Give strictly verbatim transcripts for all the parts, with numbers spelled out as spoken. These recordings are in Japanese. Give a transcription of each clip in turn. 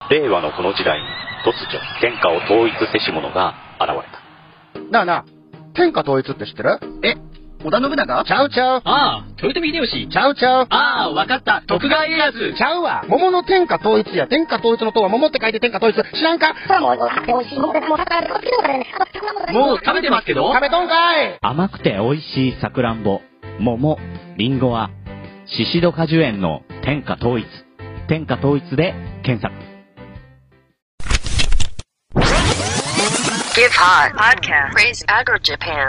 令和のこの時代に突如天下を統一せし者が現れた。 なあなあ、天下統一って知ってる？ え、織田信長？ ちゃうちゃう。 ああ、豊臣秀吉。 ちゃうちゃう。 ああ、わかった。徳川家康。 ちゃうわ。桃の天下統一や。天下統一の塔は桃って書いて天下統一。知らんか？ もう食べて美味しい桃でもう食べて好きだからね。 もう食べてますけど。 食べとんかい。 甘くて美味しいさくらんぼ、桃、りんごは、シシド果樹園の天下統一。天下統一で検索。 Give Hot Podcast Praise Agro Japan。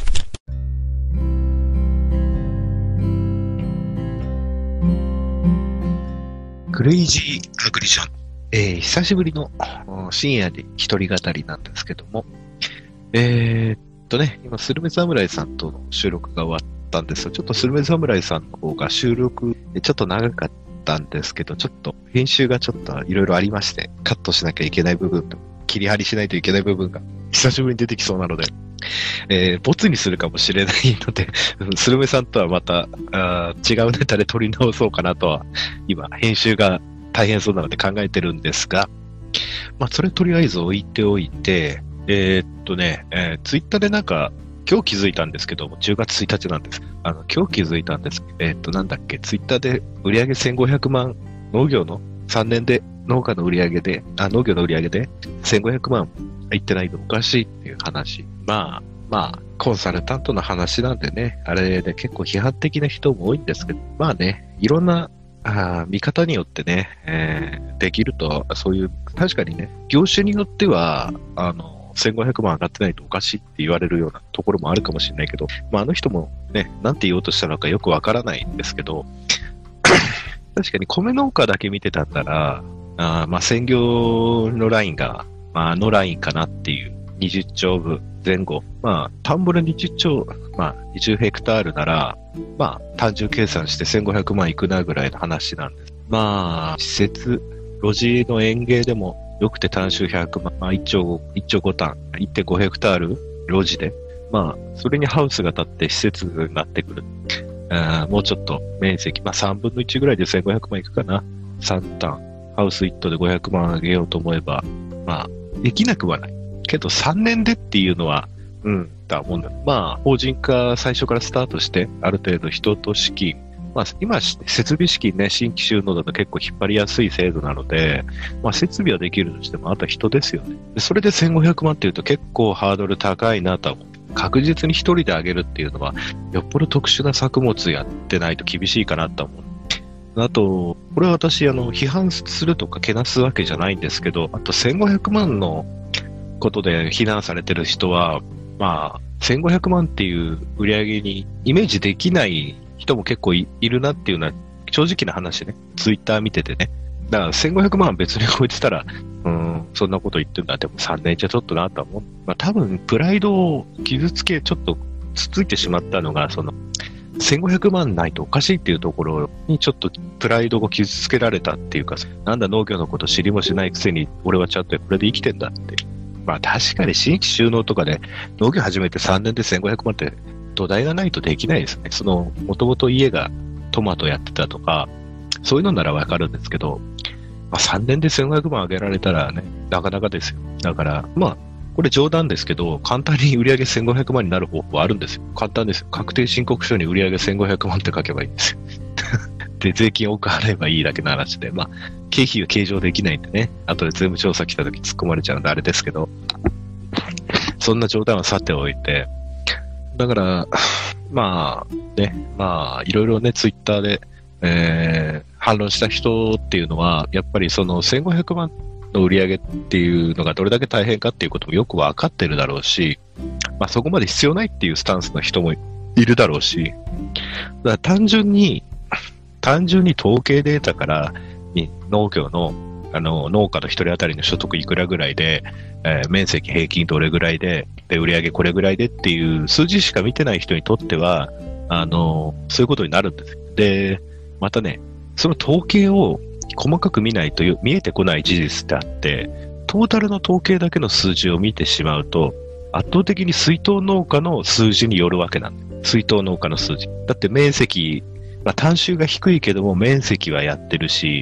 クレイジーアグリジョン。えー、久しぶりの深夜で一人語りなんですけども、えー、っとね、今、スルメ侍さんとの収録が終わったんですが、ちょっとスルメ侍さんの方が収録ちょっと長かったんですけど、ちょっと編集がちょっといろいろありまして、カットしなきゃいけない部分と、切り張りしないといけない部分が久しぶりに出てきそうなので、えー、ボツにするかもしれないので、スルメさんとはまたあ違うネタで撮り直そうかなとは、今、編集が大変そうなので考えてるんですが、まあ、それとりあえず置いておいて、えー、っとね、えー、ツイッターでなんか、今日気づいたんですけども、じゅうがつついたちなんです。あの、今日気づいたんです。えー、っと、なんだっけ、ツイッターで売上せんごひゃくまん、農業のさんねんで農家の売り上げで、あ、農業の売り上げでせんごひゃくまんいってないのおかしいっていう話。まあ、まあ、コンサルタントの話なんでね、あれで結構批判的な人も多いんですけど、まあね、いろんなあ見方によってね、えー、できると、そういう、確かにね、業種によっては、あの、せんごひゃくまん上がってないとおかしいって言われるようなところもあるかもしれないけど、まあ、あの人もね、なんて言おうとしたのかよくわからないんですけど、確かに米農家だけ見てたんなら、あまあ、専業のラインが、まあ、あのラインかなっていうにじゅっちょうぶぜん後。まあ、田んぼでにじゅっちょう、まあ、にじゅうヘクタールなら、まあ、単純計算してせんごひゃくまんいくなぐらいの話なんです。まあ、施設、路地の園芸でもよくて単種ひゃくまん、まあ、いっちょうご単、いってんごヘクタール、路地で。まあ、それにハウスが建って施設になってくる。あもうちょっと面積、まあ、さんぶんのいちぐらいでせんごひゃくまんいくかな。さん単。ハウスいっ棟でごひゃくまん上げようと思えば、まあ、できなくはない。けどさんねんでっていうのは、うん、だもんだ。まあ、法人化最初からスタートして、ある程度人と資金、まあ、今、設備資金ね、新規収納だと結構引っ張りやすい制度なので、まあ、設備はできるとしても、あとは人ですよね。それでせんごひゃくまんっていうと結構ハードル高いなとは思う。確実に一人で上げるっていうのは、よっぽど特殊な作物やってないと厳しいかなと思う。あと、これは私、あの、批判するとかけなすわけじゃないんですけど、あとせんごひゃくまんのことで非難されてる人は、まあ、せんごひゃくまんっていう売り上げにイメージできない人も結構 い, いるなっていうのは正直な話ね。ツイッター見ててね。だからせんごひゃくまん別に超えてたら、うん、そんなこと言ってんだ。でもさんねんじゃちょっとなとは思う。まあ多分、プライドを傷つけ、ちょっとつついてしまったのが、その、せんごひゃくまんないとおかしいっていうところにちょっとプライドを傷つけられたっていうか、なんだ農業のこと知りもしないくせに俺はちゃんとこれで生きてんだって。まあ確かに新規収納とかで農業始めてさんねんでせんごひゃくまんって土台がないとできないですね。その、もともと家がトマトやってたとか、そういうのならわかるんですけど、まあさんねんでせんごひゃくまん上げられたらね、なかなかですよ。だから、まあ、これ冗談ですけど、簡単に売上せんごひゃくまんになる方法あるんですよ。簡単ですよ。確定申告書に売上せんごひゃくまんって書けばいいんですよ。で、税金多く払えばいいだけの話で、まあ、経費が計上できないんでね、後で税務調査来た時突っ込まれちゃうんであれですけど、そんな冗談はさておいて、だから、まあ、ね、まあ、いろいろね、ツイッターで、えー、反論した人っていうのは、やっぱりそのせんごひゃくまんの売り上げっていうのがどれだけ大変かっていうこともよくわかってるだろうし、まあそこまで必要ないっていうスタンスの人もいるだろうし、だから単純に、単純に統計データから農業の、あの農家の一人当たりの所得いくらぐらいで、えー、面積平均どれぐらいで、で、売り上げこれぐらいでっていう数字しか見てない人にとっては、あの、そういうことになるんです。で、またね、その統計を細かく見ないと見えてこない事実ってあって、トータルの統計だけの数字を見てしまうと、圧倒的に水筒農家の数字によるわけなんです。水筒農家の数字。だって面積、まあ、単収が低いけども面積はやってるし、で、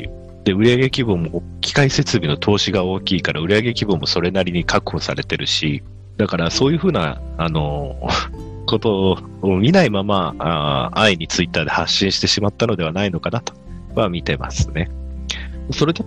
で、売上規模も機械設備の投資が大きいから、売上規模もそれなりに確保されてるし、だからそういうふうな、あの、ことを見ないまま、あ安易にツイッターで発信してしまったのではないのかなとは見てますね。それだって、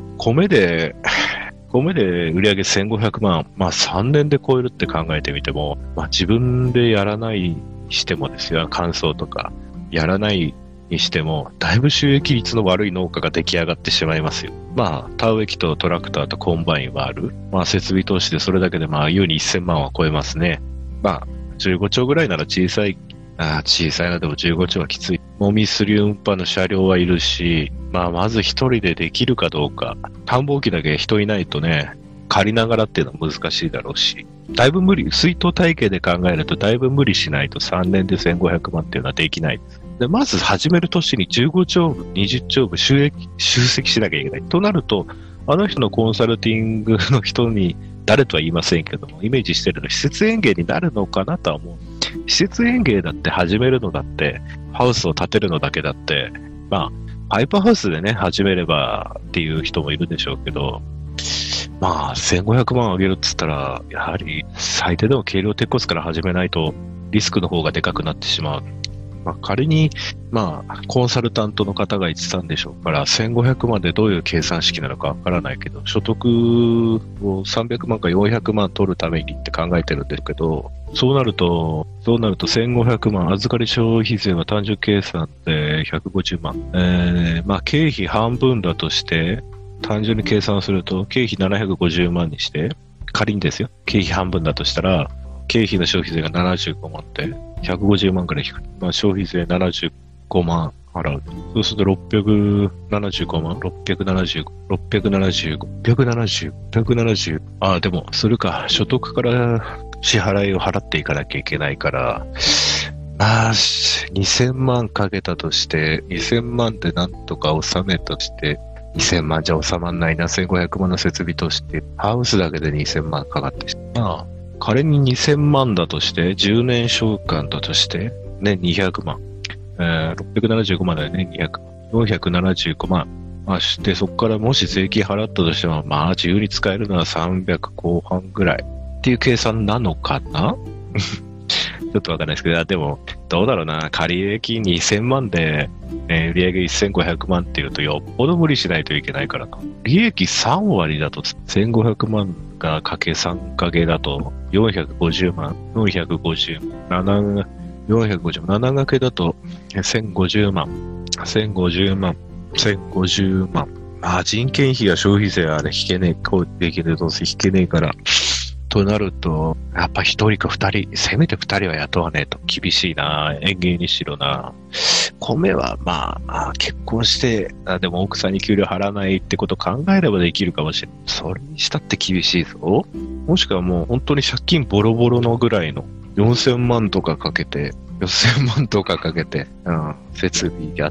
米で、米で売上せんごひゃくまん、まあさんねんで超えるって考えてみても、まあ自分でやらないにしてもですよ、乾燥とか、やらないにしても、だいぶ収益率の悪い農家が出来上がってしまいますよ。まあ、田植え機とトラクターとコンバインはある。まあ、設備投資でそれだけでまあ、優にせんまんは超えますね。まあ、じゅうごちょうぐらいなら小さい、あ小さいなでもじゅうごちょうはきつい。もみすり運搬の車両はいるし、まあ、まず一人でできるかどうか。田んぼ機だけ人いないとね、借りながらっていうのは難しいだろうし、だいぶ無理、水筒体系で考えるとだいぶ無理しないとさんねんでせんごひゃくまんっていうのはできないです。で、まず始める年にじゅうごちょうぶ、にじゅっちょうぶ収益、集積しなきゃいけない。となると、あの人のコンサルティングの人に、誰とは言いませんけども、イメージしてるのは施設園芸になるのかなとは思う。施設園芸だって始めるのだって、ハウスを建てるのだけだって、まあ、パイプハウスでね、始めればっていう人もいるでしょうけど、まあ、せんごひゃくまんあげるっつったら、やはり最低でも軽量鉄骨から始めないとリスクの方がでかくなってしまう。まあ、仮に、まあ、コンサルタントの方が言ってたんでしょうから、せんごひゃくまんでどういう計算式なのかわからないけど、所得をさんびゃくまんかよんひゃくまん取るためにって考えてるんですけど、そうなると、そうなるとせんごひゃくまん、預かり消費税は単純計算でひゃくごじゅうまん。えー、まあ、経費半分だとして、単純に計算すると、経費ななひゃくごじゅうまんにして、仮にですよ、経費半分だとしたら、経費の消費税がななじゅうごまんって、ひゃくごじゅうまんくらい引く。まあ、消費税ななじゅうごまん払う。そうするとろっぴゃくななじゅうごまん、ろっぴゃくななじゅうご、ろっぴゃくななじゅうご、ろっぴゃくななじゅう、ろっぴゃくななじゅう。ああ、でも、それか、所得から支払いを払っていかなきゃいけないから、まあ、にせんまんかけたとして、にせんまんでなんとか収めたとして、にせんまんじゃ収まんないな、せんごひゃくまんの設備として、ハウスだけでにせんまんかかってしまう。まあ、仮ににせんまんだとして、じゅうねん償還だとして、ね、にひゃくまん。えー、ろっぴゃくななじゅうごまんだよね、にひゃくまん。よんひゃくななじゅうごまん。まあ、して、そこからもし税金払ったとしても、まあ、自由に使えるのはさんびゃくこう半ぐらい。っていう計算なのかなちょっとわかんないですけど、でも、どうだろうな、借益にせんまんで、ね、売上せんごひゃくまんっていうと、よっぽど無理しないといけないからな。利益さんわりだと、せんごひゃくまんがかけさんかけだと、よんひゃくごじゅうまん、よんひゃくごじゅうまん、なな、よんひゃくごじゅうまん、ななかけだと、せんごじゅうまん、せんごじゅうまん、せんごじゅうまん。まあ、人件費や消費税はあれ引けねえ、こうできるどうせ引けねえから、となると、やっぱ一人か二人、せめて二人は雇わねえと厳しいな。園芸にしろな。米はまあ、結婚して、あでも奥さんに給料払わないってことを考えればできるかもしれない。それにしたって厳しいぞ。もしくはもう本当に借金ボロボロのぐらいのよんせんまんとかかけて、よんせんまんとかかけて、うん、設備やって、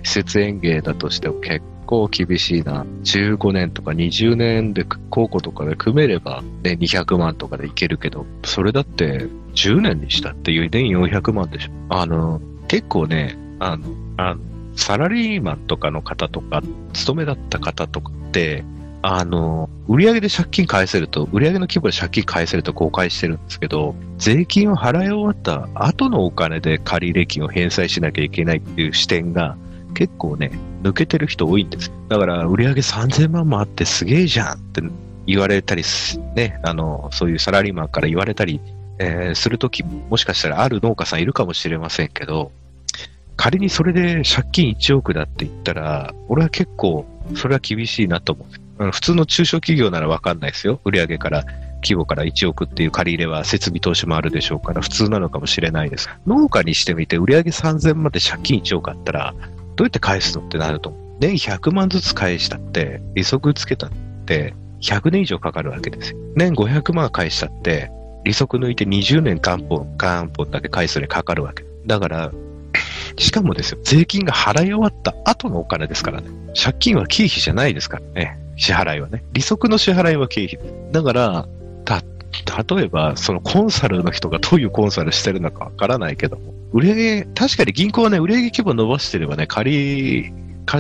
施設園芸だとしても結構厳しいな。じゅうごねんとかにじゅうねんで公庫とかで組めれば、ね、にひゃくまんとかでいけるけど、それだってじゅうねんにしたって年よんひゃくまんでしょ。あの、結構ね、あの、あの、サラリーマンとかの方とか、勤めだった方とかって、あの、売上で借金返せると、売上の規模で借金返せると公開してるんですけど、税金を払い終わった後のお金で借入金を返済しなきゃいけないっていう視点が結構ね、抜けてる人多いんです。だから売上さんぜんまんもあってすげえじゃんって言われたりす、ね、あの、そういうサラリーマンから言われたり、えー、するときももしかしたらある農家さんいるかもしれませんけど、仮にそれで借金いちおくだって言ったら、俺は結構それは厳しいなと思う。普通の中小企業ならわかんないですよ。売上から規模からいちおくっていう借り入れは設備投資もあるでしょうから普通なのかもしれないです。農家にしてみて売上さんぜんまんで借金いちおくあったらどうやって返すのってなると思う。年ひゃくまんずつ返したって利息つけたってひゃくねん以上かかるわけですよ。年ごひゃくまん返したって利息抜いてにじゅうねん元本、元本だけ返すのにかかるわけ。だからしかもですよ、税金が払い終わった後のお金ですからね。借金は経費じゃないですからね。支払いはね。利息の支払いは経費。だから、た、例えば、そのコンサルの人がどういうコンサルしてるのかわからないけども、売上、確かに銀行はね、売上規模伸ばしてればね、借り、貸し、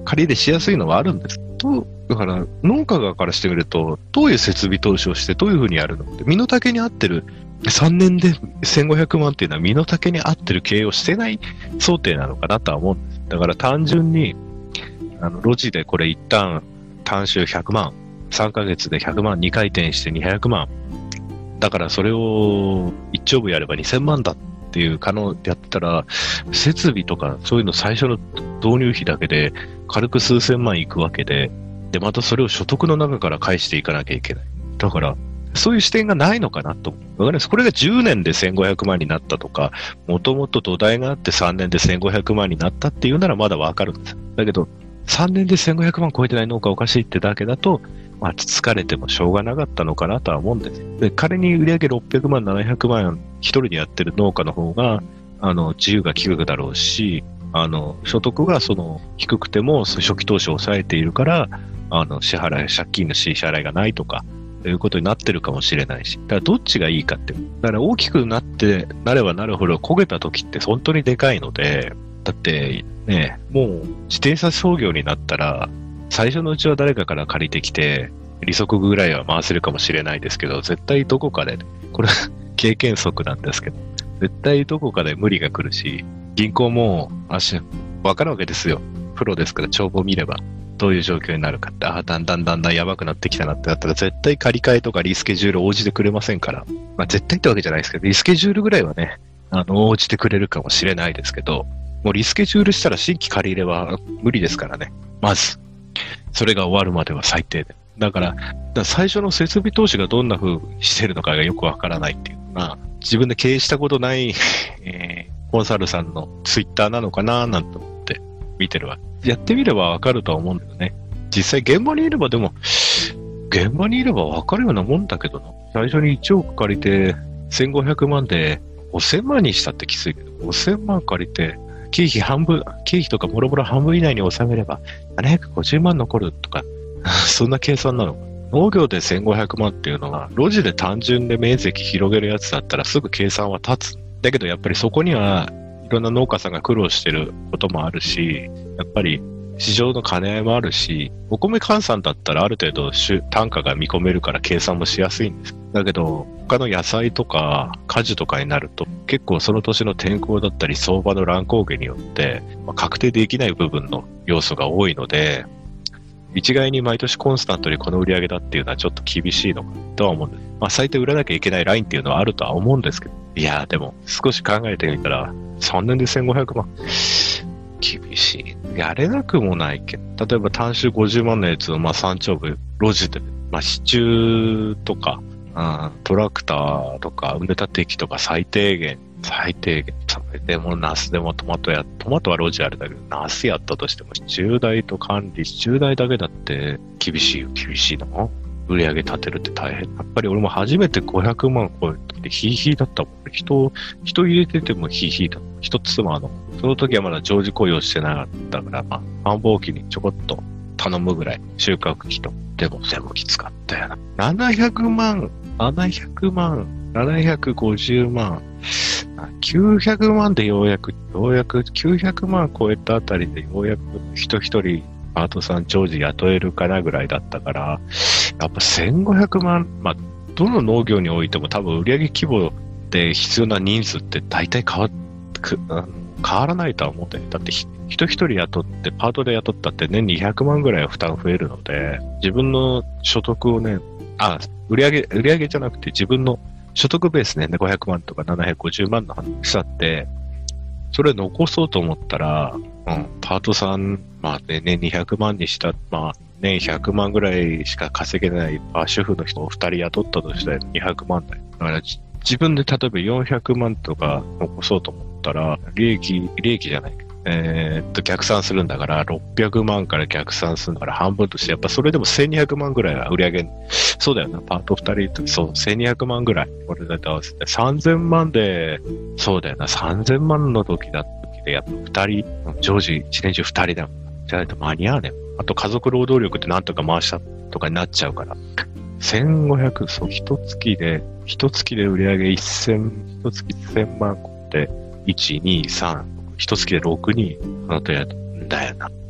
借り入れしやすいのはあるんです。と、だから農家側からしてみると、どういう設備投資をしてどういうふうにやるのって、身の丈に合ってる、さんねんでせんごひゃくまんっていうのは身の丈に合ってる経営をしてない想定なのかなとは思うんです。だから単純に、あの、路地でこれ一旦単収ひゃくまん、さんかげつでひゃくまんにかい転してにひゃくまん。だからそれを一丁部やればにせんまんだっていう可能やったら、設備とかそういうの最初の導入費だけで軽く数千万いくわけで、で、またそれを所得の中から返していかなきゃいけない。だから、そういう視点がないのかなと。わかります。これがじゅうねんでせんごひゃくまんになったとか、もともと土台があってさんねんでせんごひゃくまんになったっていうならまだわかるんです。だけど、さんねんでせんごひゃくまん超えてない農家おかしいってだけだと、まあ、疲れてもしょうがなかったのかなとは思うんです。で、仮に売上ろっぴゃくまん、ななひゃくまん一人でやってる農家の方が、あの、自由が利くだろうし、あの、所得がその、低くても初期投資を抑えているから、あの、支払い、借金の支払いがないとか、ということになってるかもしれないし。だからどっちがいいかって。だから大きくなって、なればなるほど焦げた時って本当にでかいので、だってね、もう自転車操業になったら、最初のうちは誰かから借りてきて、利息ぐらいは回せるかもしれないですけど、絶対どこかで、これ経験則なんですけど、絶対どこかで無理が来るし、銀行も足、わかるわけですよ。プロですから帳簿見れば。どういう状況になるかって、ああ、だんだんだんだんやばくなってきたなってなったら、絶対借り換えとかリスケジュール応じてくれませんから。まあ絶対ってわけじゃないですけど、リスケジュールぐらいはね、あの、応じてくれるかもしれないですけど、もうリスケジュールしたら新規借り入れは無理ですからね。まず。それが終わるまでは最低で。だから、だから最初の設備投資がどんな風にしてるのかがよくわからないっていうのが、自分で経営したことない、えー、コンサルさんのツイッターなのかななんて思って見てるわ。やってみればわかるとは思うんだよね。実際現場にいればでも、現場にいればわかるようなもんだけどな。最初にいちおく借りて、せんごひゃくまんでごせんまんにしたってきついけど、ごせんまん借りて、経費半分、経費とかもろもろ半分以内に収めれば、ななひゃくごじゅうまん残るとか、そんな計算なの。農業でせんごひゃくまんっていうのは、路地で単純で面積広げるやつだったらすぐ計算は立つ。だけどやっぱりそこにはいろんな農家さんが苦労してることもあるし、やっぱり市場の兼ね合いもあるし、お米換算だったらある程度単価が見込めるから計算もしやすいんです。だけど、他の野菜とか果樹とかになると、結構その年の天候だったり相場の乱高下によって、まあ、確定できない部分の要素が多いので、一概に毎年コンスタントにこの売り上げだっていうのはちょっと厳しいのかとは思うんです。まあ最低売らなきゃいけないラインっていうのはあるとは思うんですけど、いやーでも少し考えてみたら、さんねんでせんごひゃくまん、厳しい。やれなくもないけど、例えば単収ごじゅうまんのやつをまあ三丁部、路地で、まあ支柱とか、うん、トラクターとか、埋め立て機とか最低限、最低限。それでもナスでもトマトや、トマトは路地あれだけど、ナスやったとしても、支柱代と管理、支柱代だけだって厳しいよ、厳しいな。売り上げ立てるって大変。やっぱり俺も初めてごひゃくまん超えた時ヒーヒーだったもん。人、人入れててもヒーヒーだった。一つもあの、その時はまだ常時雇用してなかったから、まあ、繁忙期にちょこっと頼むぐらい、収穫期と。でも、でもきつかったよな。ななひゃくまん、ななひゃくまん、ななひゃくごじゅうまん、きゅうひゃくまんでようやく、ようやくきゅうひゃくまん超えたあたりでようやく人一人パートさん常時雇えるかなぐらいだったから、やっぱせんごひゃくまん、まあ、どの農業においても多分売上規模で必要な人数って大体変わく変わらないとは思うんだよね。だって人一人雇って、パートで雇ったって年にひゃくまんぐらいは負担増えるので、自分の所得をね、あ、売上、売上じゃなくて自分の所得ベースね、ごひゃくまんとかななひゃくごじゅうまんの話だって、それ残そうと思ったら、うん、パートさん、まあね、年にひゃくまんにした、まあ、年ひゃくまんぐらいしか稼げない主婦の人をふたり雇ったとしたらにひゃくまんだよ。だから自分で例えばよんひゃくまんとか残そうと思ったら、利益、利益じゃない。えー、っと、逆算するんだから、ろっぴゃくまんから逆算するんだから半分として、やっぱそれでもせんにひゃくまんぐらいは売り上げ、そうだよな、パートふたりと、そう、せんにひゃくまんぐらい。これだと合わせてさんぜんまんで、そうだよな、さんぜんまんの時だった時で、やっぱふたり、常時一年中ふたりだもん。じゃないと間に合わねえ。あと家族労働力ってなんとか回したとかになっちゃうから。せんごひゃく、そう、一月で、一月で売り上げせん、一月せんまん個って、いち、に、さん、一月でろくにん、あとやるんだよな。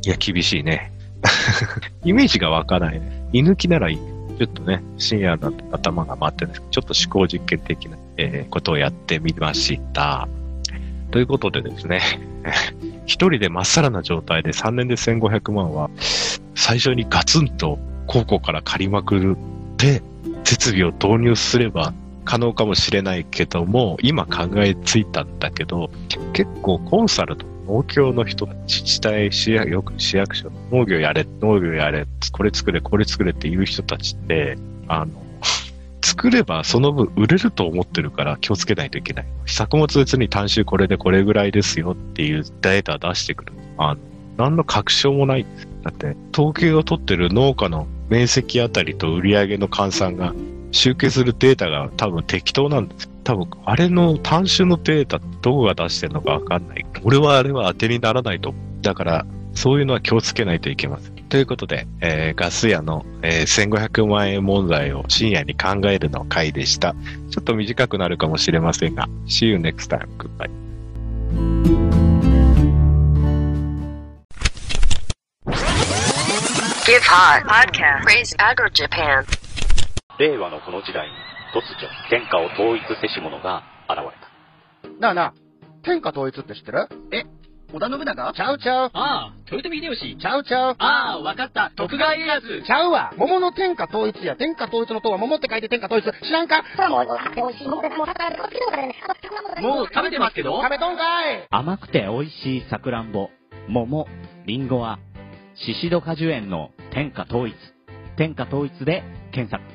いや、厳しいね。イメージが湧かないね。居抜きならいい。ちょっとね、深夜だと頭が回ってるんですけど、ちょっと思考実験的な、えー、ことをやってみました。ということでですね、一人でまっさらな状態でさんねんでせんごひゃくまんは、最初にガツンと高校から借りまくるって設備を導入すれば可能かもしれないけども、今考えついたんだけど、結構コンサルと農協の人、自治体、市役よく市役所、農業やれ、農業やれ、これ作れ、これ作れっていう人たちって、あの、作ればその分売れると思ってるから気をつけないといけない。作物別に単種これでこれぐらいですよっていうデータ出してくる。あの、何の確証もないんです。だって、統計を取ってる農家の面積あたりと売り上げの換算が集計するデータが多分適当なんです。多分、あれの単種のデータどこが出してるのかわかんない。俺はあれは当てにならないと思う。だから、そういうのは気をつけないといけません。ということで、えー、ガス屋の、えー、せんごひゃくまん円問題を深夜に考えるの回でした。ちょっと短くなるかもしれませんが、See you next time. Goodbye. Give Hot Podcast. Praise Agro Japan. 令和のこの時代に突如天下を統一せし者が現れた。 なあなあ、天下統一って知ってる？ え、織田信長？ ちゃうちゃう。 ああ、豊臣秀吉。 ちゃうちゃう。 ああ、わかった。徳川家康。 ちゃうわ。桃の天下統一や。天下統一の塔は桃って書いて天下統一。知らんか？ それはもう、買って美味しい桃です。もう、魚でこっちのからね。 もう食べてますけど。 食べとんかい。 甘くて美味しいさくらんぼ、桃、りんごは、シシド果樹園の天下統一。天下統一で検索。